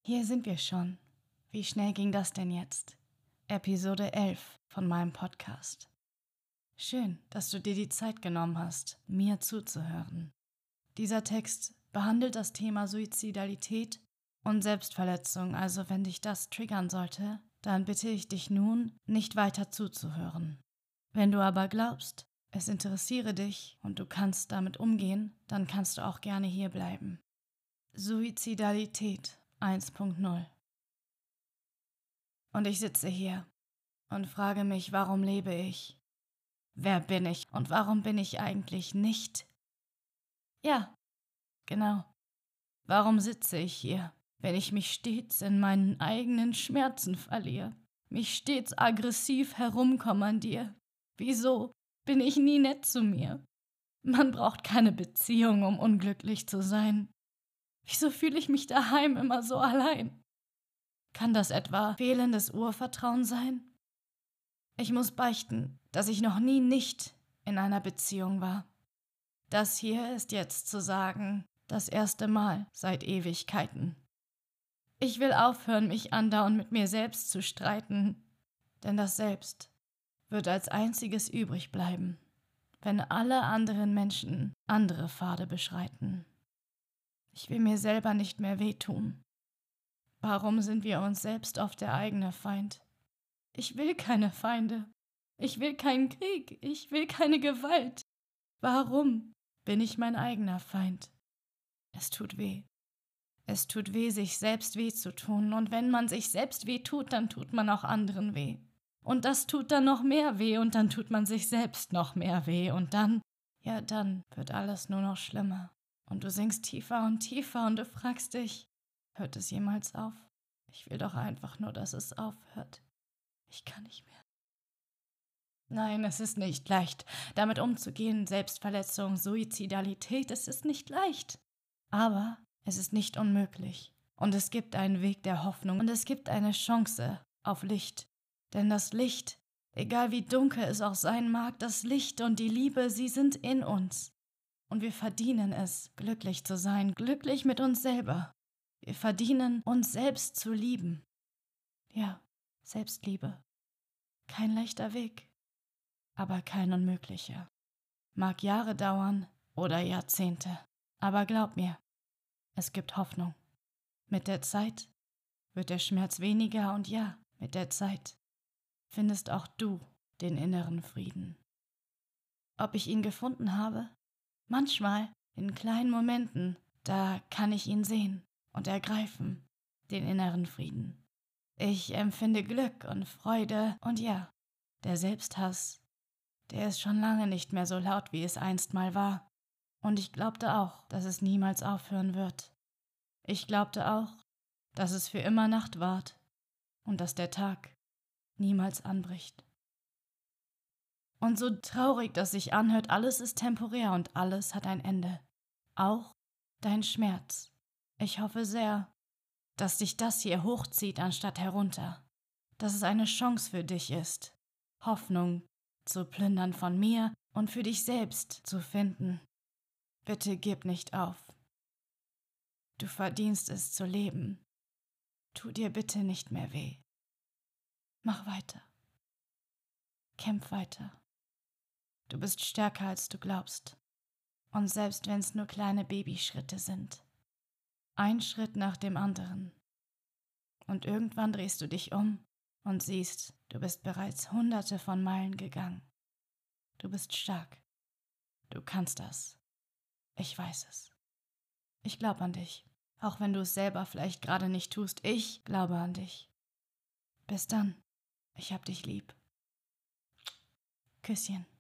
Hier sind wir schon. Wie schnell ging das denn jetzt? Episode 11 von meinem Podcast. Schön, dass du dir die Zeit genommen hast, mir zuzuhören. Dieser Text behandelt das Thema Suizidalität und Selbstverletzung, also wenn dich das triggern sollte, dann bitte ich dich nun, nicht weiter zuzuhören. Wenn du aber glaubst, es interessiere dich und du kannst damit umgehen, dann kannst du auch gerne hier bleiben. Suizidalität 1.0. Und ich sitze hier und frage mich, warum lebe ich? Wer bin ich und warum bin ich eigentlich nicht? Ja, genau. Warum sitze ich hier, wenn ich mich stets in meinen eigenen Schmerzen verliere, mich stets aggressiv herumkommandiere? Wieso bin ich nie nett zu mir? Man braucht keine Beziehung, um unglücklich zu sein. Wieso fühle ich mich daheim immer so allein? Kann das etwa fehlendes Urvertrauen sein? Ich muss beichten, dass ich noch nie nicht in einer Beziehung war. Das hier ist jetzt zu sagen, das erste Mal seit Ewigkeiten. Ich will aufhören, mich andauernd mit mir selbst zu streiten, denn das Selbst wird als einziges übrig bleiben, wenn alle anderen Menschen andere Pfade beschreiten. Ich will mir selber nicht mehr wehtun. Warum sind wir uns selbst oft der eigene Feind? Ich will keine Feinde. Ich will keinen Krieg. Ich will keine Gewalt. Warum bin ich mein eigener Feind? Es tut weh. Es tut weh, sich selbst weh zu tun. Und wenn man sich selbst weh tut, dann tut man auch anderen weh. Und das tut dann noch mehr weh und dann tut man sich selbst noch mehr weh. Und dann wird alles nur noch schlimmer. Und du sinkst tiefer und tiefer und du fragst dich, hört es jemals auf? Ich will doch einfach nur, dass es aufhört. Ich kann nicht mehr. Nein, es ist nicht leicht, damit umzugehen. Selbstverletzung, Suizidalität, es ist nicht leicht. Aber es ist nicht unmöglich. Und es gibt einen Weg der Hoffnung und es gibt eine Chance auf Licht. Denn das Licht, egal wie dunkel es auch sein mag, das Licht und die Liebe, sie sind in uns. Und wir verdienen es, glücklich zu sein, glücklich mit uns selber. Wir verdienen, uns selbst zu lieben. Ja, Selbstliebe. Kein leichter Weg, aber kein unmöglicher. Mag Jahre dauern oder Jahrzehnte, aber glaub mir, es gibt Hoffnung. Mit der Zeit wird der Schmerz weniger und ja, mit der Zeit findest auch du den inneren Frieden. Ob ich ihn gefunden habe? Manchmal, in kleinen Momenten, da kann ich ihn sehen und ergreifen, den inneren Frieden. Ich empfinde Glück und Freude und ja, der Selbsthass, der ist schon lange nicht mehr so laut, wie es einst mal war. Und ich glaubte auch, dass es niemals aufhören wird. Ich glaubte auch, dass es für immer Nacht ward und dass der Tag niemals anbricht. Und so traurig das sich anhört, alles ist temporär und alles hat ein Ende. Auch dein Schmerz. Ich hoffe sehr, dass dich das hier hochzieht anstatt herunter. Dass es eine Chance für dich ist, Hoffnung zu plündern von mir und für dich selbst zu finden. Bitte gib nicht auf. Du verdienst es zu leben. Tu dir bitte nicht mehr weh. Mach weiter. Kämpf weiter. Du bist stärker, als du glaubst. Und selbst wenn es nur kleine Babyschritte sind. Ein Schritt nach dem anderen. Und irgendwann drehst du dich um und siehst, du bist bereits Hunderte von Meilen gegangen. Du bist stark. Du kannst das. Ich weiß es. Ich glaube an dich. Auch wenn du es selber vielleicht gerade nicht tust, ich glaube an dich. Bis dann. Ich hab dich lieb. Küsschen.